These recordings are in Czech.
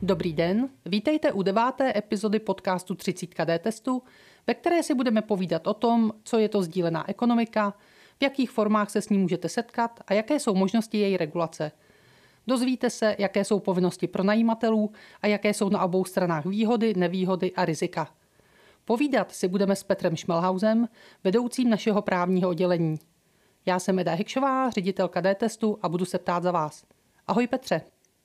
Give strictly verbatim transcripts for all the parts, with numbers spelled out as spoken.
Dobrý den, vítejte u deváté epizody podcastu třicet dé testu, ve které si budeme povídat o tom, co je to sdílená ekonomika, v jakých formách se s ní můžete setkat a jaké jsou možnosti její regulace. Dozvíte se, jaké jsou povinnosti pronajímatelů a jaké jsou na obou stranách výhody, nevýhody a rizika. Povídat si budeme s Petrem Šmelhausem, vedoucím našeho právního oddělení. Já jsem Eda Hikšová, ředitelka D-testu a budu se ptát za vás. Ahoj Petře.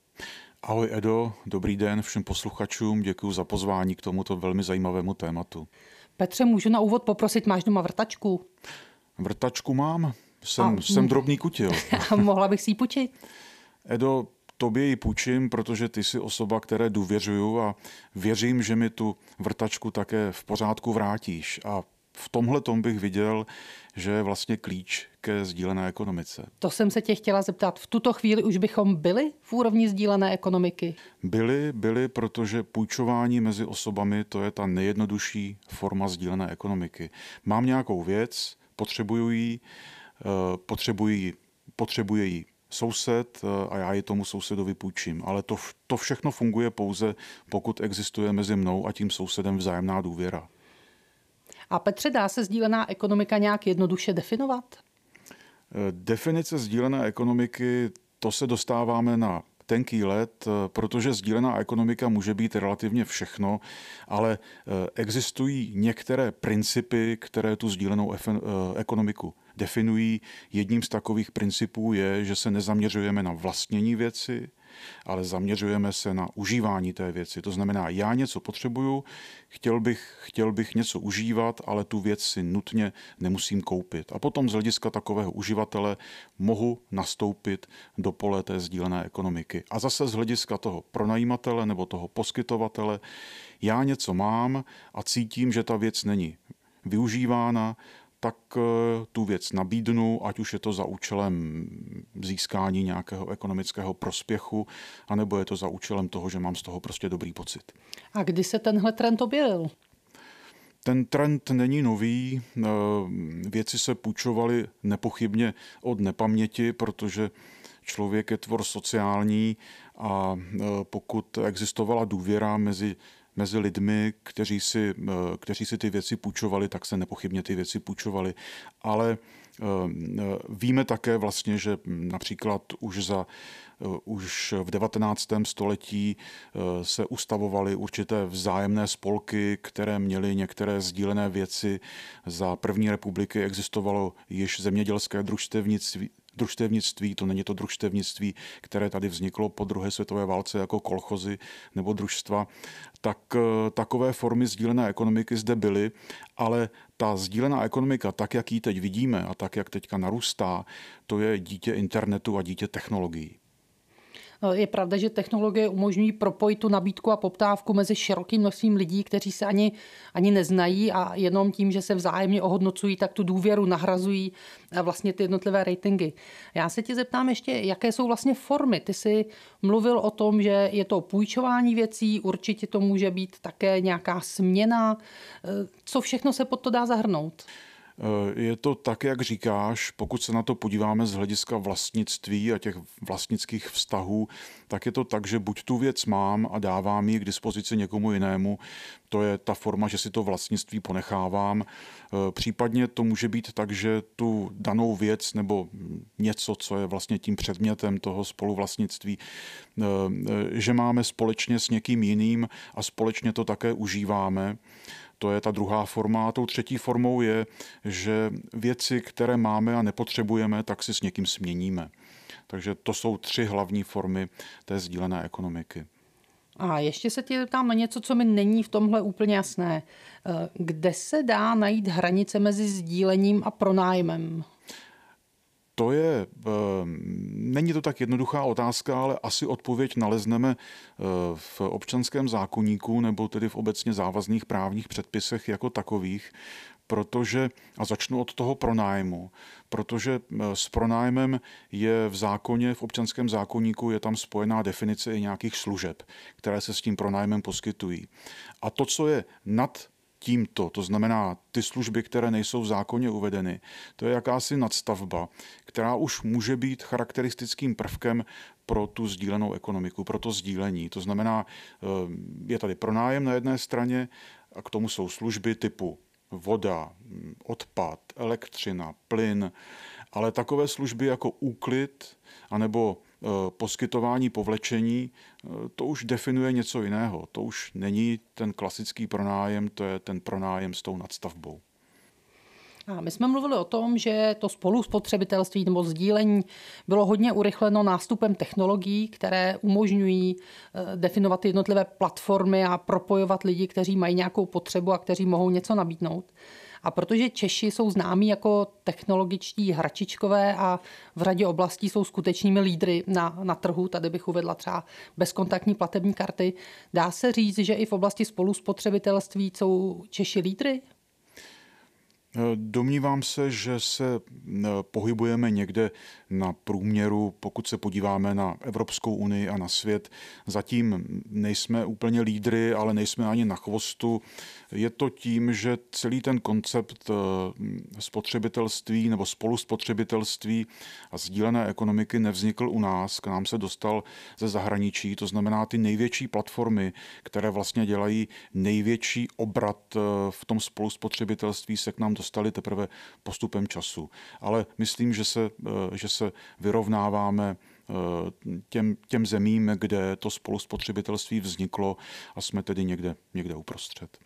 Ahoj Edo, dobrý den všem posluchačům, děkuji za pozvání k tomuto velmi zajímavému tématu. Petře, můžu na úvod poprosit, máš doma vrtačku? Vrtačku mám, jsem, A, jsem drobný kutil. A mohla bych si ji půjčit? Edo, tobě ji půjčím, protože ty jsi osoba, které důvěřuju a věřím, že mi tu vrtačku také v pořádku vrátíš. A v tomhle tom bych viděl, že je vlastně klíč ke sdílené ekonomice. To jsem se tě chtěla zeptat. V tuto chvíli už bychom byli v úrovni sdílené ekonomiky? Byli, byli, protože půjčování mezi osobami, to je ta nejjednodušší forma sdílené ekonomiky. Mám nějakou věc, potřebuji ji, potřebuji, potřebuje ji soused a já ji tomu sousedovi půjčím. Ale to, to všechno funguje pouze, pokud existuje mezi mnou a tím sousedem vzájemná důvěra. A Petře, dá se sdílená ekonomika nějak jednoduše definovat? Definice sdílené ekonomiky, to se dostáváme na tenký led, protože sdílená ekonomika může být relativně všechno, ale existují některé principy, které tu sdílenou ekonomiku definují. Jedním z takových principů je, že se nezaměřujeme na vlastnění věci, ale zaměřujeme se na užívání té věci. To znamená, já něco potřebuju, chtěl bych, chtěl bych něco užívat, ale tu věc si nutně nemusím koupit. A potom z hlediska takového uživatele mohu nastoupit do pole té sdílené ekonomiky. A zase z hlediska toho pronajímatele nebo toho poskytovatele, já něco mám a cítím, že ta věc není využívána, tak tu věc nabídnu, ať už je to za účelem získání nějakého ekonomického prospěchu, anebo je to za účelem toho, že mám z toho prostě dobrý pocit. A kdy se tenhle trend objevil? Ten trend není nový. Věci se půjčovaly nepochybně od nepaměti, protože člověk je tvor sociální a pokud existovala důvěra mezi mezi lidmi, kteří si, kteří si ty věci půjčovali, tak se nepochybně ty věci půjčovali. Ale víme také vlastně, že například už, za, už v devatenáctém století se ustavovaly určité vzájemné spolky, které měly některé sdílené věci. Za první republiky existovalo již zemědělské družstevnictví, družstevnictví, to není to družstevnictví, které tady vzniklo po druhé světové válce jako kolchozy nebo družstva, tak takové formy sdílené ekonomiky zde byly, ale ta sdílená ekonomika, tak jak ji teď vidíme a tak jak teďka narůstá, to je dítě internetu a dítě technologií. Je pravda, že technologie umožňují propojit tu nabídku a poptávku mezi širokým množstvím lidí, kteří se ani, ani neznají a jenom tím, že se vzájemně ohodnocují, tak tu důvěru nahrazují vlastně ty jednotlivé ratingy. Já se tě zeptám ještě, jaké jsou vlastně formy. Ty jsi mluvil o tom, že je to půjčování věcí, určitě to může být také nějaká směna. Co všechno se pod to dá zahrnout? Je to tak, jak říkáš, pokud se na to podíváme z hlediska vlastnictví a těch vlastnických vztahů, tak je to tak, že buď tu věc mám a dávám ji k dispozici někomu jinému, to je ta forma, že si to vlastnictví ponechávám. Případně to může být tak, že tu danou věc nebo něco, co je vlastně tím předmětem toho spoluvlastnictví, že máme společně s někým jiným a společně to také užíváme. To je ta druhá forma. A tou třetí formou je, že věci, které máme a nepotřebujeme, tak si s někým směníme. Takže to jsou tři hlavní formy té sdílené ekonomiky. A ještě se tě ptám na něco, co mi není v tomhle úplně jasné. Kde se dá najít hranice mezi sdílením a pronájmem? To je, není to tak jednoduchá otázka, ale asi odpověď nalezneme v občanském zákoníku nebo tedy v obecně závazných právních předpisech jako takových, protože, a začnu od toho pronájmu, protože s pronájmem je v zákoně, v občanském zákoníku je tam spojená definice i nějakých služeb, které se s tím pronájmem poskytují. A to, co je nad tímto, to znamená ty služby, které nejsou v zákoně uvedeny, to je jakási nadstavba, která už může být charakteristickým prvkem pro tu sdílenou ekonomiku, pro to sdílení. To znamená, je tady pronájem na jedné straně a k tomu jsou služby typu voda, odpad, elektřina, plyn, ale takové služby jako úklid anebo poskytování povlečení, to už definuje něco jiného. To už není ten klasický pronájem, to je ten pronájem s tou nadstavbou. A my jsme mluvili o tom, že to spoluspotřebitelství nebo sdílení bylo hodně urychleno nástupem technologií, které umožňují definovat jednotlivé platformy a propojovat lidi, kteří mají nějakou potřebu a kteří mohou něco nabídnout. A protože Češi jsou známí jako technologičtí hračičkové a v řadě oblastí jsou skutečnými lídry na, na trhu, tady bych uvedla třeba bezkontaktní platební karty, dá se říct, že i v oblasti spoluspotřebitelství jsou Češi lídry? Domnívám se, že se pohybujeme někde na průměru, pokud se podíváme na Evropskou unii a na svět. Zatím nejsme úplně lídry, ale nejsme ani na chvostu. Je to tím, že celý ten koncept spotřebitelství nebo spoluspotřebitelství a sdílené ekonomiky nevznikl u nás, k nám se dostal ze zahraničí. To znamená ty největší platformy, které vlastně dělají největší obrat v tom spoluspotřebitelství, se k nám dostali teprve postupem času. Ale myslím, že se, že se vyrovnáváme těm, těm zemím, kde to spoluspotřebitelství vzniklo a jsme tedy někde, někde uprostřed.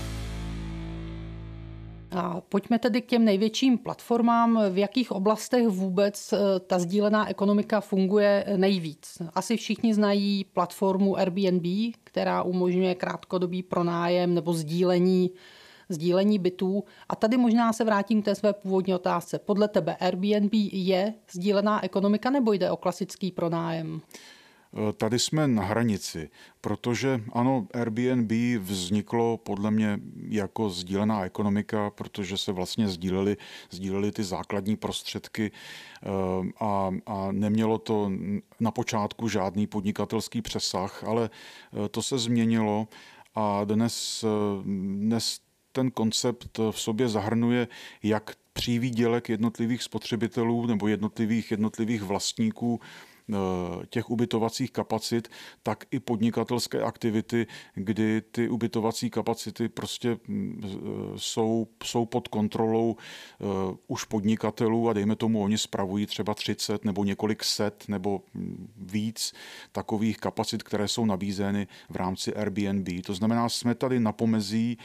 A pojďme tedy k těm největším platformám. V jakých oblastech vůbec ta sdílená ekonomika funguje nejvíc? Asi všichni znají platformu Airbnb, která umožňuje krátkodobý pronájem nebo sdílení sdílení bytů. A tady možná se vrátím k té své původní otázce. Podle tebe Airbnb je sdílená ekonomika nebo jde o klasický pronájem? Tady jsme na hranici, protože ano, Airbnb vzniklo podle mě jako sdílená ekonomika, protože se vlastně sdílely, sdílely ty základní prostředky a, a nemělo to na počátku žádný podnikatelský přesah, ale to se změnilo a dnes, dnes ten koncept v sobě zahrnuje jak přívýdělek jednotlivých spotřebitelů nebo jednotlivých, jednotlivých vlastníků těch ubytovacích kapacit, tak i podnikatelské aktivity, kdy ty ubytovací kapacity prostě jsou, jsou pod kontrolou už podnikatelů a dejme tomu, oni spravují třeba třicet nebo několik set nebo víc takových kapacit, které jsou nabízeny v rámci Airbnb. To znamená, jsme tady na pomezí,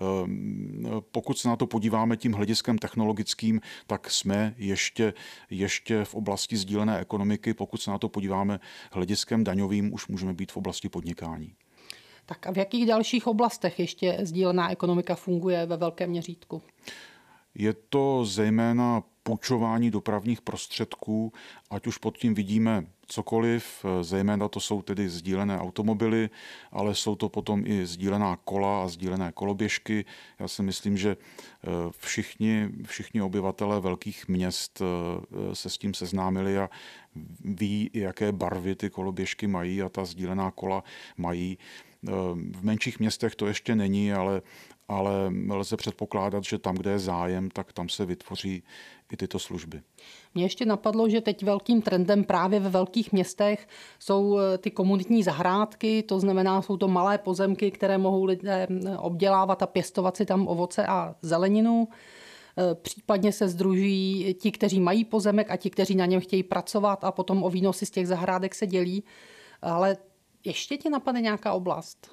pokud se na to podíváme tím hlediskem technologickým, tak jsme ještě, ještě v oblasti sdílené ekonomiky, pokud se na to podíváme hlediskem daňovým, už můžeme být v oblasti podnikání. Tak a v jakých dalších oblastech ještě sdílená ekonomika funguje ve velkém měřítku? Je to zejména půjčování dopravních prostředků, ať už pod tím vidíme cokoliv, zejména to jsou tedy sdílené automobily, ale jsou to potom i sdílená kola a sdílené koloběžky. Já si myslím, že všichni, všichni obyvatelé velkých měst se s tím seznámili a ví, jaké barvy ty koloběžky mají a ta sdílená kola mají. V menších městech to ještě není, ale, ale lze předpokládat, že tam, kde je zájem, tak tam se vytvoří i tyto služby. Mně ještě napadlo, že teď velkým trendem právě ve velkých městech jsou ty komunitní zahrádky, to znamená, jsou to malé pozemky, které mohou lidé obdělávat a pěstovat si tam ovoce a zeleninu. Případně se sdružují ti, kteří mají pozemek a ti, kteří na něm chtějí pracovat a potom o výnosy z těch zahrádek se dělí. Ale ještě ti napadne nějaká oblast?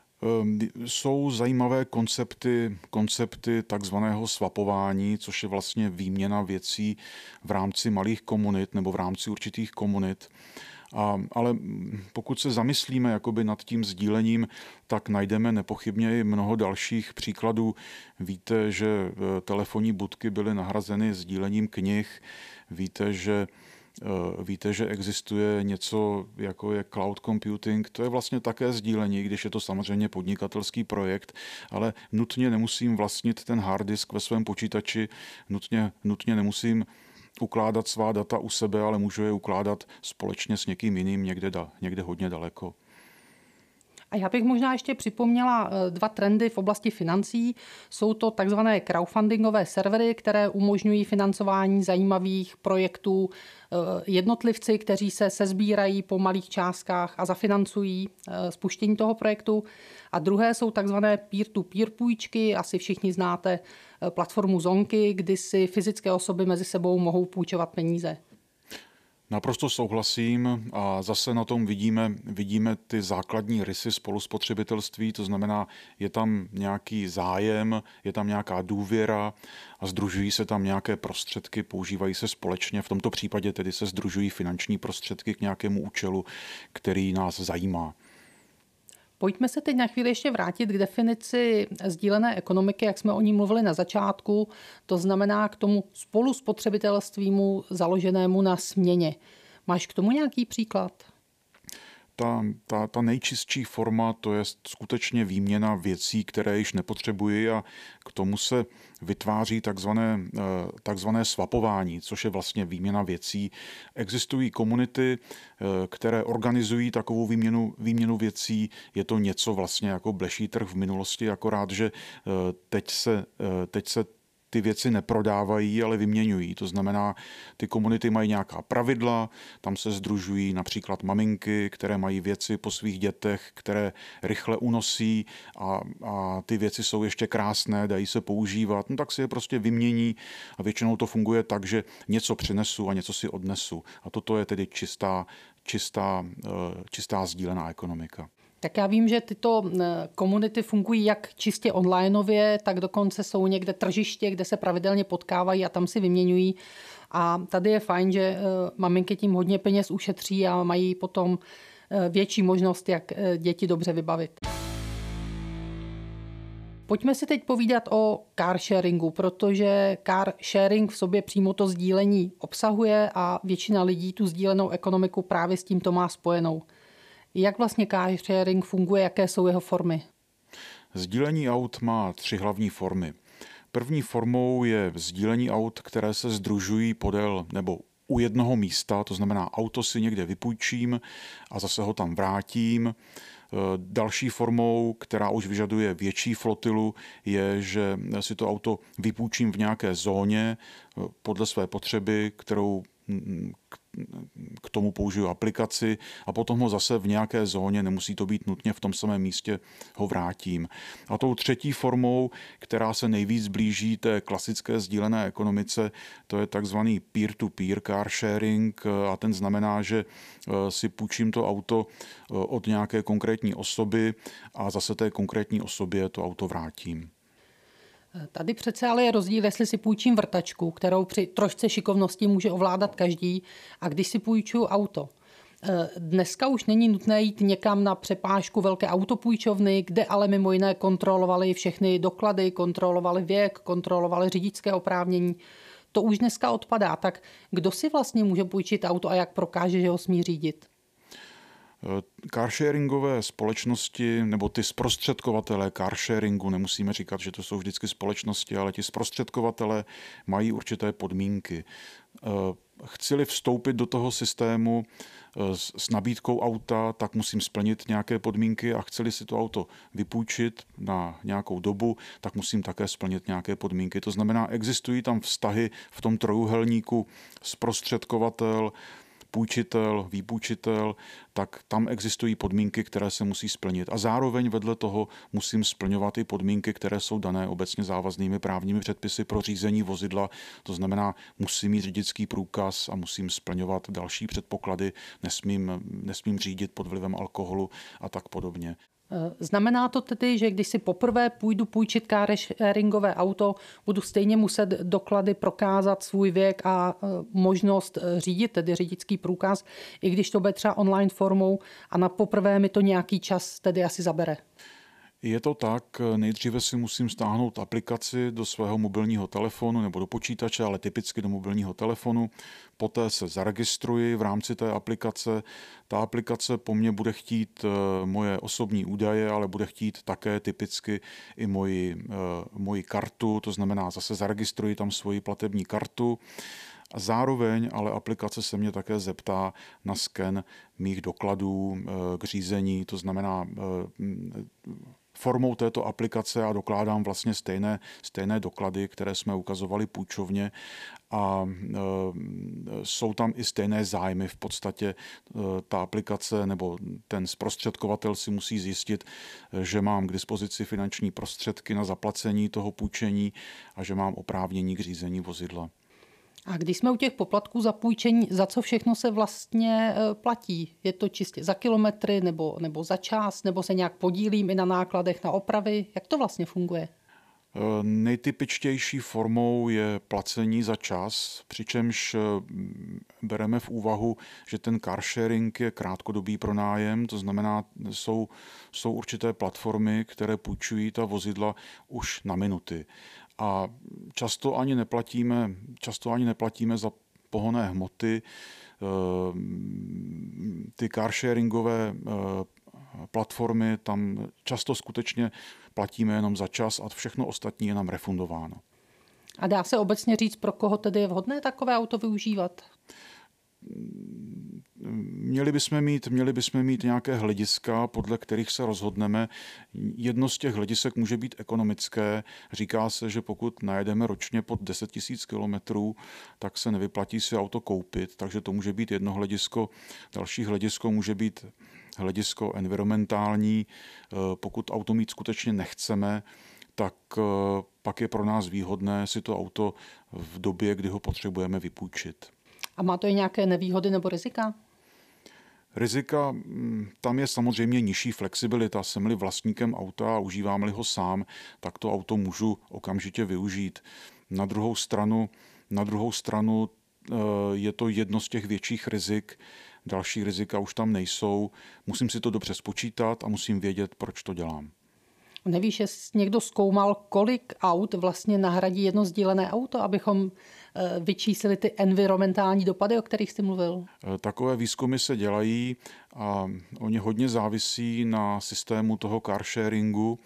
Jsou zajímavé koncepty, koncepty takzvaného swapování, což je vlastně výměna věcí v rámci malých komunit nebo v rámci určitých komunit. A, ale pokud se zamyslíme jakoby nad tím sdílením, tak najdeme nepochybně i mnoho dalších příkladů. Víte, že telefonní budky byly nahrazeny sdílením knih. Víte, že Víte, že existuje něco, jako je cloud computing, to je vlastně také sdílení, když je to samozřejmě podnikatelský projekt, ale nutně nemusím vlastnit ten hard disk ve svém počítači, nutně, nutně nemusím ukládat svá data u sebe, ale můžu je ukládat společně s někým jiným někde, da, někde hodně daleko. A já bych možná ještě připomněla dva trendy v oblasti financí. Jsou to takzvané crowdfundingové servery, které umožňují financování zajímavých projektů jednotlivci, kteří se sesbírají po malých částkách a zafinancují spuštění toho projektu. A druhé jsou takzvané peer-to-peer půjčky. Asi všichni znáte platformu Zonky, kdy si fyzické osoby mezi sebou mohou půjčovat peníze. Naprosto souhlasím a zase na tom vidíme, vidíme ty základní rysy spoluspotřebitelství, to znamená, je tam nějaký zájem, je tam nějaká důvěra a sdružují se tam nějaké prostředky, používají se společně, v tomto případě tedy se sdružují finanční prostředky k nějakému účelu, který nás zajímá. Pojďme se teď na chvíli ještě vrátit k definici sdílené ekonomiky, jak jsme o ní mluvili na začátku, to znamená k tomu spoluspotřebitelstvímu založenému na směně. Máš k tomu nějaký příklad? Ta, ta, ta nejčistší forma, to je skutečně výměna věcí, které již nepotřebuji a k tomu se vytváří takzvané, takzvané swapování, což je vlastně výměna věcí. Existují komunity, které organizují takovou výměnu, výměnu věcí. Je to něco vlastně jako bleší trh v minulosti, akorát, že teď se, teď se ty věci neprodávají, ale vyměňují. To znamená, ty komunity mají nějaká pravidla, tam se sdružují například maminky, které mají věci po svých dětech, které rychle unosí a, a ty věci jsou ještě krásné, dají se používat, no tak si je prostě vymění a většinou to funguje tak, že něco přinesu a něco si odnesu. A toto je tedy čistá, čistá, čistá sdílená ekonomika. Tak já vím, že tyto komunity fungují jak čistě onlineově, tak dokonce jsou někde tržiště, kde se pravidelně potkávají a tam si vyměňují. A tady je fajn, že maminky tím hodně peněz ušetří a mají potom větší možnost, jak děti dobře vybavit. Pojďme si teď povídat o car sharingu, protože car sharing v sobě přímo to sdílení obsahuje a většina lidí tu sdílenou ekonomiku právě s tímto má spojenou. Jak vlastně car sharing funguje, jaké jsou jeho formy? Sdílení aut má tři hlavní formy. První formou je sdílení aut, které se sdružují podél nebo u jednoho místa, to znamená auto si někde vypůjčím a zase ho tam vrátím. Další formou, která už vyžaduje větší flotilu, je, že si to auto vypůjčím v nějaké zóně podle své potřeby, kterou k tomu použiju aplikaci a potom ho zase v nějaké zóně, nemusí to být nutně v tom samém místě, ho vrátím. A tou třetí formou, která se nejvíc blíží té klasické sdílené ekonomice, to je takzvaný peer-to-peer car sharing a ten znamená, že si půjčím to auto od nějaké konkrétní osoby a zase té konkrétní osobě to auto vrátím. Tady přece ale je rozdíl, jestli si půjčím vrtačku, kterou při trošce šikovnosti může ovládat každý, a když si půjčuju auto. Dneska už není nutné jít někam na přepážku velké autopůjčovny, kde ale mimo jiné kontrolovali všechny doklady, kontrolovali věk, kontrolovali řidičské oprávnění. To už dneska odpadá. Tak kdo si vlastně může půjčit auto a jak prokáže, že ho smí řídit? Carsharingové společnosti nebo ty zprostředkovatelé carsharingu, nemusíme říkat, že to jsou vždycky společnosti, ale ti zprostředkovatelé mají určité podmínky. Chci-li vstoupit do toho systému s nabídkou auta, tak musím splnit nějaké podmínky a chci-li si to auto vypůjčit na nějakou dobu, tak musím také splnit nějaké podmínky. To znamená, existují tam vztahy v tom trojúhelníku zprostředkovatel, půjčitel, výpůjčitel, tak tam existují podmínky, které se musí splnit. A zároveň vedle toho musím splňovat i podmínky, které jsou dané obecně závaznými právními předpisy pro řízení vozidla. To znamená, musím mít řidičský průkaz a musím splňovat další předpoklady, nesmím, nesmím řídit pod vlivem alkoholu a tak podobně. Znamená to tedy, že když si poprvé půjdu půjčit carsharingové auto, budu stejně muset doklady prokázat svůj věk a možnost řídit, tedy řidičský průkaz, i když to bude třeba online formou a na poprvé mi to nějaký čas tedy asi zabere. Je to tak, nejdříve si musím stáhnout aplikaci do svého mobilního telefonu nebo do počítače, ale typicky do mobilního telefonu. Poté se zaregistruji v rámci té aplikace. Ta aplikace po mně bude chtít moje osobní údaje, ale bude chtít také typicky i moji, moji kartu, to znamená zase zaregistruji tam svoji platební kartu. A zároveň ale aplikace se mě také zeptá na sken mých dokladů k řízení, to znamená formou této aplikace a dokládám vlastně stejné, stejné doklady, které jsme ukazovali půjčovně a e, jsou tam i stejné zájmy. V podstatě e, ta aplikace nebo ten zprostředkovatel si musí zjistit, že mám k dispozici finanční prostředky na zaplacení toho půjčení a že mám oprávnění k řízení vozidla. A když jsme u těch poplatků za půjčení, za co všechno se vlastně platí? Je to čistě za kilometry nebo, nebo za čas, nebo se nějak podílím i na nákladech na opravy? Jak to vlastně funguje? Nejtypičtější formou je placení za čas, přičemž bereme v úvahu, že ten car sharing je krátkodobý pronájem, to znamená, jsou, jsou určité platformy, které půjčují ta vozidla už na minuty. A často ani neplatíme, často ani neplatíme za pohonné hmoty. Ty carsharingové platformy, tam často skutečně platíme jenom za čas a všechno ostatní je nám refundováno. A dá se obecně říct, pro koho tedy je vhodné takové auto využívat? Měli bychom mít, měli bychom mít nějaké hlediska, podle kterých se rozhodneme. Jedno z těch hledisek může být ekonomické. Říká se, že pokud najedeme ročně pod deset tisíc kilometrů, tak se nevyplatí si auto koupit, takže to může být jedno hledisko. Další hledisko může být hledisko environmentální. Pokud auto mít skutečně nechceme, tak pak je pro nás výhodné si to auto v době, kdy ho potřebujeme, vypůjčit. A má to i nějaké nevýhody nebo rizika? Rizika, tam je samozřejmě nižší flexibilita. Jsem-li vlastníkem auta a užívám-li ho sám, tak to auto můžu okamžitě využít. Na druhou stranu, na druhou stranu je to jedno z těch větších rizik. Další rizika už tam nejsou. Musím si to dobře spočítat a musím vědět, proč to dělám. Nevíš, jestli někdo zkoumal, kolik aut vlastně nahradí jedno sdílené auto, abychom vyčíslili ty environmentální dopady, o kterých jsi mluvil? Takové výzkumy se dělají a oni hodně závisí na systému toho carsharingu.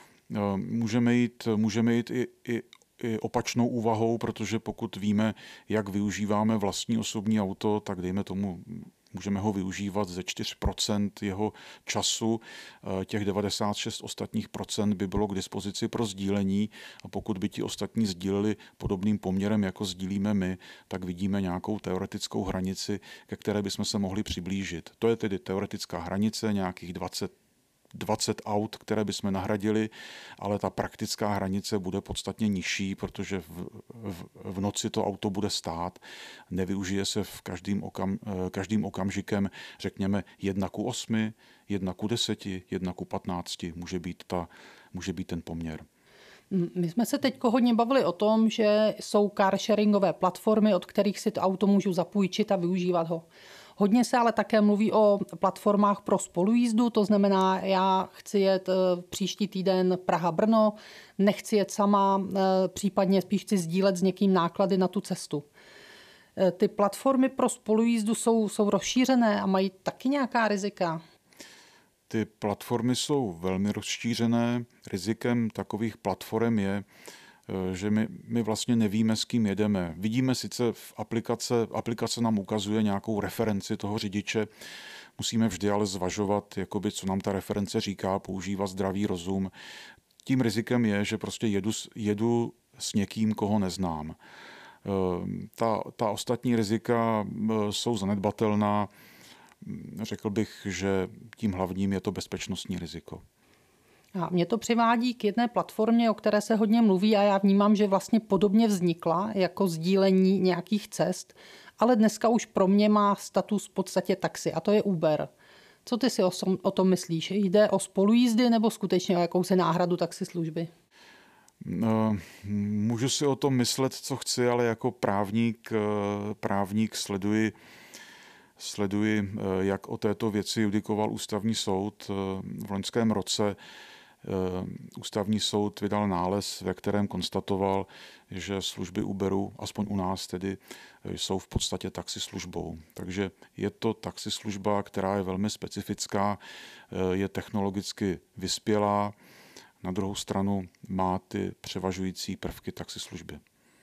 Můžeme jít, můžeme jít i, i, i opačnou úvahou, protože pokud víme, jak využíváme vlastní osobní auto, tak dejme tomu, můžeme ho využívat ze čtyři procenta jeho času, těch devadesát šest ostatních procent by bylo k dispozici pro sdílení a pokud by ti ostatní sdíleli podobným poměrem, jako sdílíme my, tak vidíme nějakou teoretickou hranici, ke které bychom se mohli přiblížit. To je tedy teoretická hranice, nějakých dvacet dvacet aut, které bychom nahradili, ale ta praktická hranice bude podstatně nižší, protože v, v, v noci to auto bude stát. Nevyužije se v každým, okam, každým okamžikem, řekněme, jedna ku osmi, jedna ku deseti, jedna ku patnácti. Může být, ta, může být ten poměr. My jsme se teď hodně bavili o tom, že jsou carsharingové platformy, od kterých si to auto můžu zapůjčit a využívat ho. Hodně se ale také mluví o platformách pro spolujízdu, to znamená, já chci jet příští týden Praha-Brno, nechci jet sama, případně spíš chci sdílet s někým náklady na tu cestu. Ty platformy pro spolujízdu jsou, jsou rozšířené a mají taky nějaká rizika? Ty platformy jsou velmi rozšířené. Rizikem takových platform je, že my, my vlastně nevíme, s kým jedeme. Vidíme sice v aplikace, aplikace nám ukazuje nějakou referenci toho řidiče, musíme vždy ale zvažovat, jakoby, co nám ta reference říká, používat zdravý rozum. Tím rizikem je, že prostě jedu, jedu s někým, koho neznám. Ta, ta ostatní rizika jsou zanedbatelná. Řekl bych, že tím hlavním je to bezpečnostní riziko. A mě to přivádí k jedné platformě, o které se hodně mluví a já vnímám, že vlastně podobně vznikla jako sdílení nějakých cest, ale dneska už pro mě má status v podstatě taxi a to je Uber. Co ty si o, o tom myslíš? Jde o spolujízdy nebo skutečně o jakousi náhradu taxislužby? No, můžu si o tom myslet, co chci, ale jako právník, právník sleduji Sleduji, jak o této věci judikoval Ústavní soud. V loňském roce Ústavní soud vydal nález, ve kterém konstatoval, že služby Uberu, aspoň u nás tedy, jsou v podstatě taxislužbou. Takže je to taxislužba, která je velmi specifická, je technologicky vyspělá, na druhou stranu má ty převažující prvky taxislužby.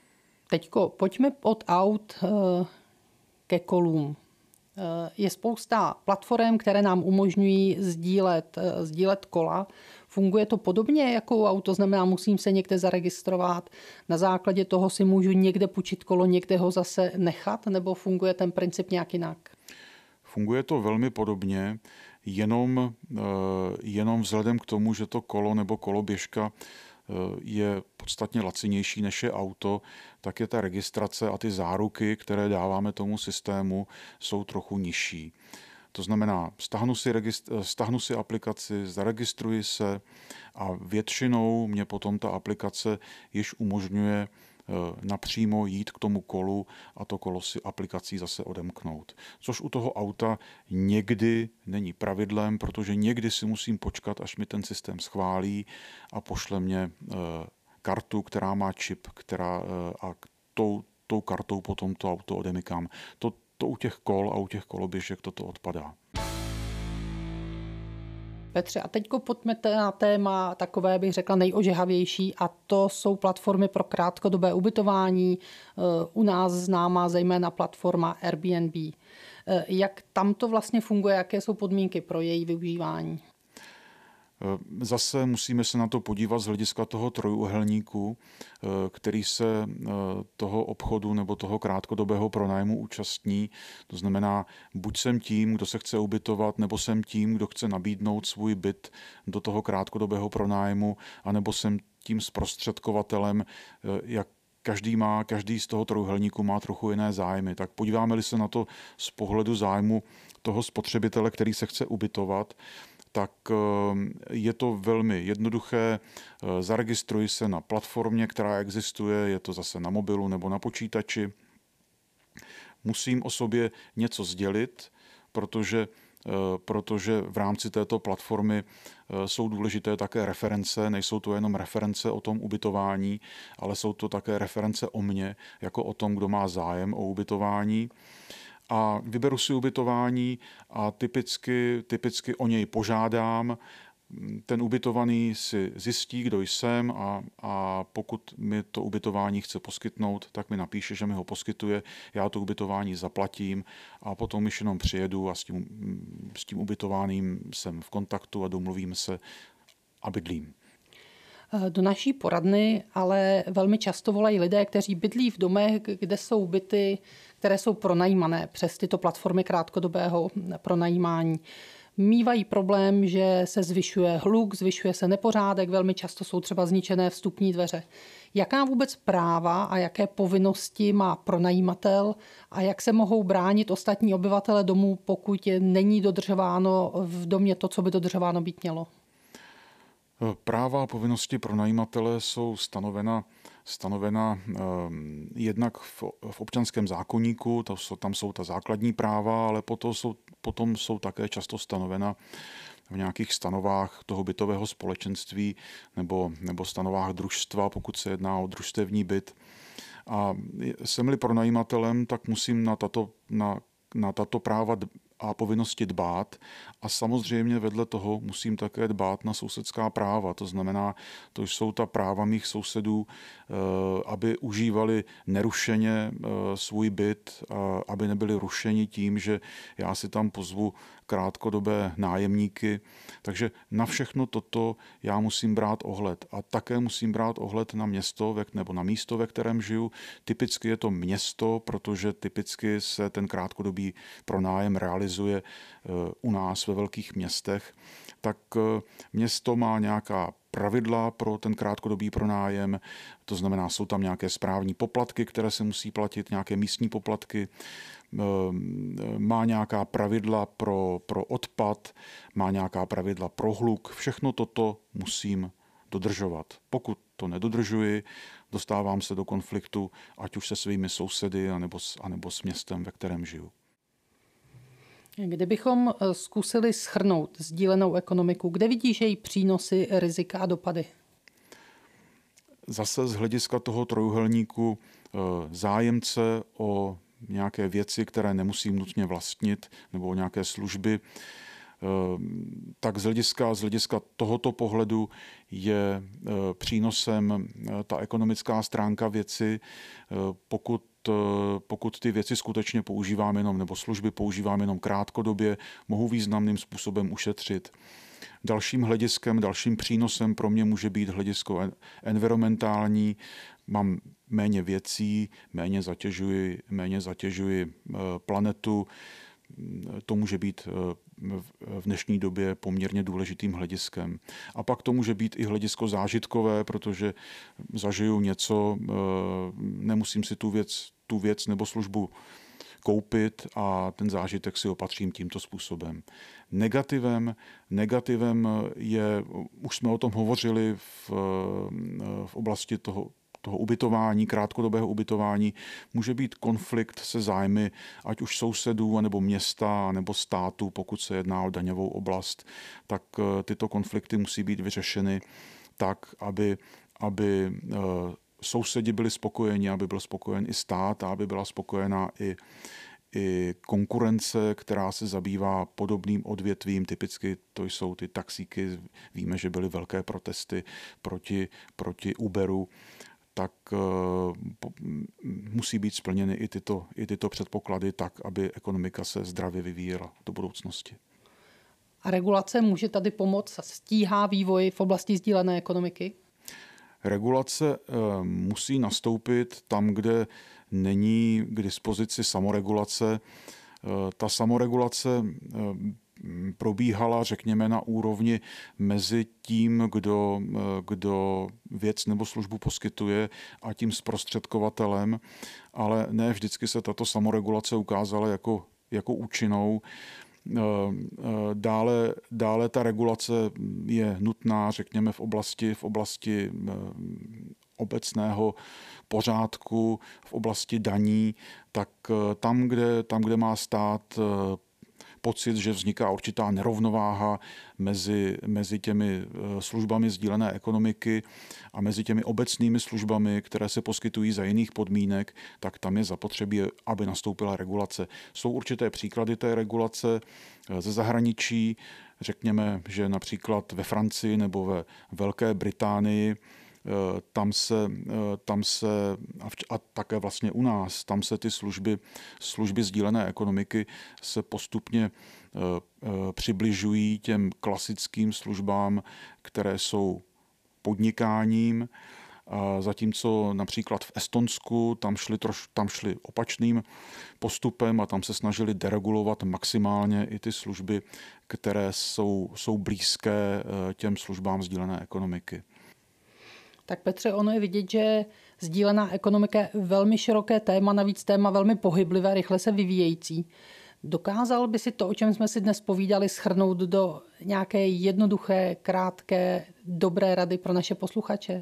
Teďko pojďme od aut ke kolům. Je spousta platform, které nám umožňují sdílet, sdílet kola. Funguje to podobně jako u auto, znamená, musím se někde zaregistrovat. Na základě toho si můžu někde půjčit kolo, někde ho zase nechat, nebo funguje ten princip nějak jinak? Funguje to velmi podobně, jenom, jenom vzhledem k tomu, že to kolo nebo koloběžka je podstatně lacinější než je auto, tak je ta registrace a ty záruky, které dáváme tomu systému, jsou trochu nižší. To znamená, stáhnu si, registr, stáhnu si aplikaci, zaregistruji se a většinou mě potom ta aplikace již umožňuje napřímo jít k tomu kolu a to kolo si aplikací zase odemknout. Což u toho auta někdy není pravidlem, protože někdy si musím počkat, až mi ten systém schválí a pošle mě kartu, která má čip, která, a tou, tou kartou potom to auto odemykám. To, to u těch kol a u těch koloběžek toto odpadá. Petře, a teďko pojďme na téma takové, bych řekla, nejožehavější, a to jsou platformy pro krátkodobé ubytování. U nás známá zejména platforma Airbnb. Jak tam to vlastně funguje, jaké jsou podmínky pro její využívání? Zase musíme se na to podívat z hlediska toho trojúhelníku, který se toho obchodu nebo toho krátkodobého pronájmu účastní. To znamená, buď jsem tím, kdo se chce ubytovat, nebo jsem tím, kdo chce nabídnout svůj byt do toho krátkodobého pronájmu, anebo jsem tím zprostředkovatelem, jak Každý, má, každý z toho trojúhelníku má trochu jiné zájmy. Tak podíváme-li se na to z pohledu zájmu toho spotřebitele, který se chce ubytovat, tak je to velmi jednoduché. Zaregistruji se na platformě, která existuje, je to zase na mobilu nebo na počítači. Musím o sobě něco sdělit, protože, protože v rámci této platformy jsou důležité také reference, nejsou to jenom reference o tom ubytování, ale jsou to také reference o mně, jako o tom, kdo má zájem o ubytování. A vyberu si ubytování a typicky, typicky o něj požádám. Ten ubytovaný si zjistí, kdo jsem a, a pokud mi to ubytování chce poskytnout, tak mi napíše, že mi ho poskytuje, já to ubytování zaplatím a potom již jenom přijedu a s tím, s tím ubytovaným jsem v kontaktu a domluvím se a bydlím. Do naší poradny ale velmi často volají lidé, kteří bydlí v domech, kde jsou byty, které jsou pronajímané přes tyto platformy krátkodobého pronajímání. Mívají problém, že se zvyšuje hluk, zvyšuje se nepořádek, velmi často jsou třeba zničené vstupní dveře. Jaká vůbec práva a jaké povinnosti má pronajímatel a jak se mohou bránit ostatní obyvatele domu, pokud není dodržováno v domě to, co by dodržováno být mělo? Práva a povinnosti pronajímatele jsou stanovena, stanovena eh, jednak v, v občanském zákoníku, to jsou, tam jsou ta základní práva, ale potom jsou, potom jsou také často stanovena v nějakých stanovách toho bytového společenství nebo, nebo stanovách družstva, pokud se jedná o družstevní byt. A jsem-li pronajímatelem, tak musím na tato, na, na tato práva a povinnosti dbát a samozřejmě vedle toho musím také dbát na sousedská práva. To znamená, to jsou ta práva mých sousedů, aby užívali nerušeně svůj byt, aby nebyli rušeni tím, že já si tam pozvu krátkodobé nájemníky. Takže na všechno toto já musím brát ohled. A také musím brát ohled na město nebo na místo, ve kterém žiju. Typicky je to město, protože typicky se ten krátkodobý pronájem realizuje u nás ve velkých městech. Tak město má nějaká pravidla pro ten krátkodobý pronájem, to znamená, jsou tam nějaké správní poplatky, které se musí platit, nějaké místní poplatky, má nějaká pravidla pro, pro odpad, má nějaká pravidla pro hluk, všechno toto musím dodržovat. Pokud to nedodržuji, dostávám se do konfliktu, ať už se svými sousedy, anebo s, anebo s městem, ve kterém žiju. Kdybychom zkusili shrnout sdílenou ekonomiku, kde vidíš její přínosy, rizika a dopady? Zase z hlediska toho trojúhelníku zájemce o nějaké věci, které nemusím nutně vlastnit, nebo o nějaké služby, tak z hlediska, z hlediska tohoto pohledu je přínosem ta ekonomická stránka věci, pokud pokud ty věci skutečně používám jenom, nebo služby používám jenom krátkodobě, mohu významným způsobem ušetřit. Dalším hlediskem, dalším přínosem pro mě může být hledisko environmentální. Mám méně věcí, méně zatěžuji, méně zatěžuji planetu. To může být v dnešní době poměrně důležitým hlediskem. A pak to může být i hledisko zážitkové, protože zažiju něco, nemusím si tu věc, tu věc nebo službu koupit a ten zážitek si opatřím tímto způsobem. Negativem, negativem je, už jsme o tom hovořili v, v oblasti toho, toho ubytování, krátkodobého ubytování, může být konflikt se zájmy ať už sousedů, nebo města, nebo státu, pokud se jedná o daňovou oblast, tak tyto konflikty musí být vyřešeny tak, aby, aby sousedi byli spokojeni, aby byl spokojen i stát a aby byla spokojená i, i konkurence, která se zabývá podobným odvětvím. Typicky to jsou ty taxíky. Víme, že byly velké protesty proti, proti Uberu. Tak musí být splněny i tyto, i tyto předpoklady tak, aby ekonomika se zdravě vyvíjela do budoucnosti. A regulace může tady pomoct, stíhá vývoj v oblasti sdílené ekonomiky? Regulace musí nastoupit tam, kde není k dispozici samoregulace. Ta samoregulace probíhala, řekněme, na úrovni mezi tím, kdo, kdo věc nebo službu poskytuje a tím zprostředkovatelem, ale ne vždycky se tato samoregulace ukázala jako, jako účinnou. Dále, dále ta regulace je nutná, řekněme, v oblasti, v oblasti obecného pořádku, v oblasti daní, tak tam, kde, tam, kde má stát pocit, že vzniká určitá nerovnováha mezi, mezi těmi službami sdílené ekonomiky a mezi těmi obecnými službami, které se poskytují za jiných podmínek, tak tam je zapotřebí, aby nastoupila regulace. Jsou určité příklady té regulace ze zahraničí, řekněme, že například ve Francii nebo ve Velké Británii Tam se, tam se, a také vlastně u nás, tam se ty služby, služby sdílené ekonomiky se postupně přibližují těm klasickým službám, které jsou podnikáním, zatímco například v Estonsku tam šli, troš, tam šli opačným postupem a tam se snažili deregulovat maximálně i ty služby, které jsou, jsou blízké těm službám sdílené ekonomiky. Tak Petře, ono je vidět, že sdílená ekonomika je velmi široké téma, navíc téma velmi pohyblivé, rychle se vyvíjející. Dokázal by si to, o čem jsme si dnes povídali, shrnout do nějaké jednoduché, krátké, dobré rady pro naše posluchače?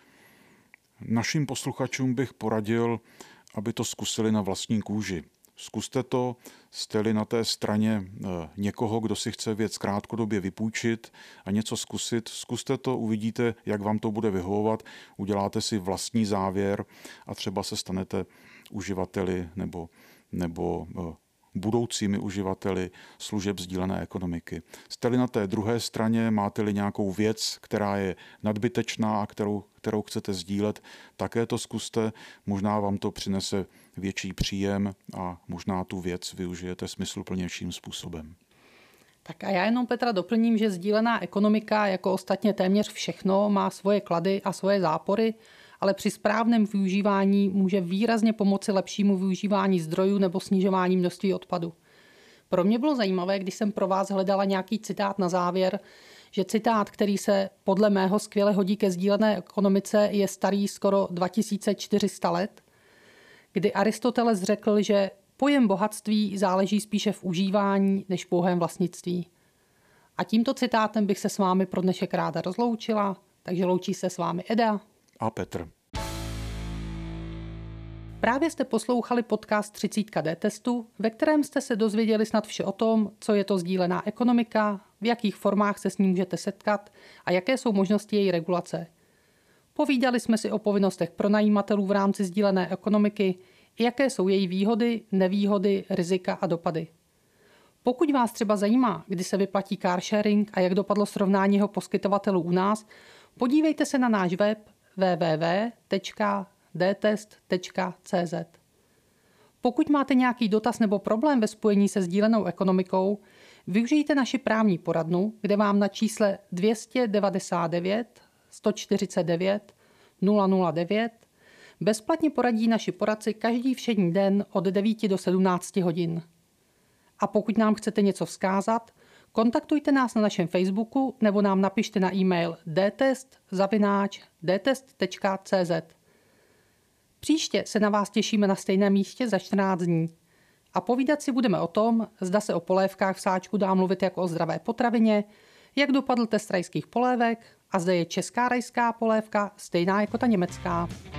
Našim posluchačům bych poradil, aby to zkusili na vlastní kůži. Zkuste to, jste-li na té straně někoho, kdo si chce věc krátkodobě vypůjčit a něco zkusit. Zkuste to, uvidíte, jak vám to bude vyhovovat, uděláte si vlastní závěr a třeba se stanete uživateli nebo, nebo budoucími uživateli služeb sdílené ekonomiky. Jste-li na té druhé straně, máte-li nějakou věc, která je nadbytečná a kterou, kterou chcete sdílet, také to zkuste. Možná vám to přinese větší příjem a možná tu věc využijete smysluplnějším způsobem. Tak a já jenom, Petra, doplním, že sdílená ekonomika, jako ostatně téměř všechno, má svoje klady a svoje zápory, ale při správném využívání může výrazně pomoci lepšímu využívání zdrojů nebo snižování množství odpadu. Pro mě bylo zajímavé, když jsem pro vás hledala nějaký citát na závěr, že citát, který se podle mého skvěle hodí ke sdílené ekonomice, je starý skoro dva tisíce čtyři sta let, kdy Aristoteles řekl, že pojem bohatství záleží spíše v užívání než v pouhém vlastnictví. A tímto citátem bych se s vámi pro dnešek ráda rozloučila, takže loučí se s vámi Eda a Petr. Právě jste poslouchali podcast třicet ká dé testu, ve kterém jste se dozvěděli snad vše o tom, co je to sdílená ekonomika, v jakých formách se s ní můžete setkat a jaké jsou možnosti její regulace. Povídali jsme si o povinnostech pronajímatelů v rámci sdílené ekonomiky, i jaké jsou její výhody, nevýhody, rizika a dopady. Pokud vás třeba zajímá, kdy se vyplatí car sharing a jak dopadlo srovnání jeho poskytovatelů u nás, podívejte se na náš web w w w tečka d test tečka c z. Pokud máte nějaký dotaz nebo problém ve spojení se sdílenou ekonomikou, využijte naši právní poradnu, kde vám na čísle dvě stě devadesát devět sto čtyřicet devět nula nula devět bezplatně poradí naši poradci každý všední den od devíti do sedmnácti hodin. A pokud nám chcete něco vzkázat, kontaktujte nás na našem Facebooku nebo nám napište na e-mail d test zavináč d test tečka c z. Příště se na vás těšíme na stejném místě za čtrnáct dní. A povídat si budeme o tom, zda se o polévkách v sáčku dá mluvit jako o zdravé potravině, jak dopadl test rajských polévek a zda je česká rajská polévka stejná jako ta německá.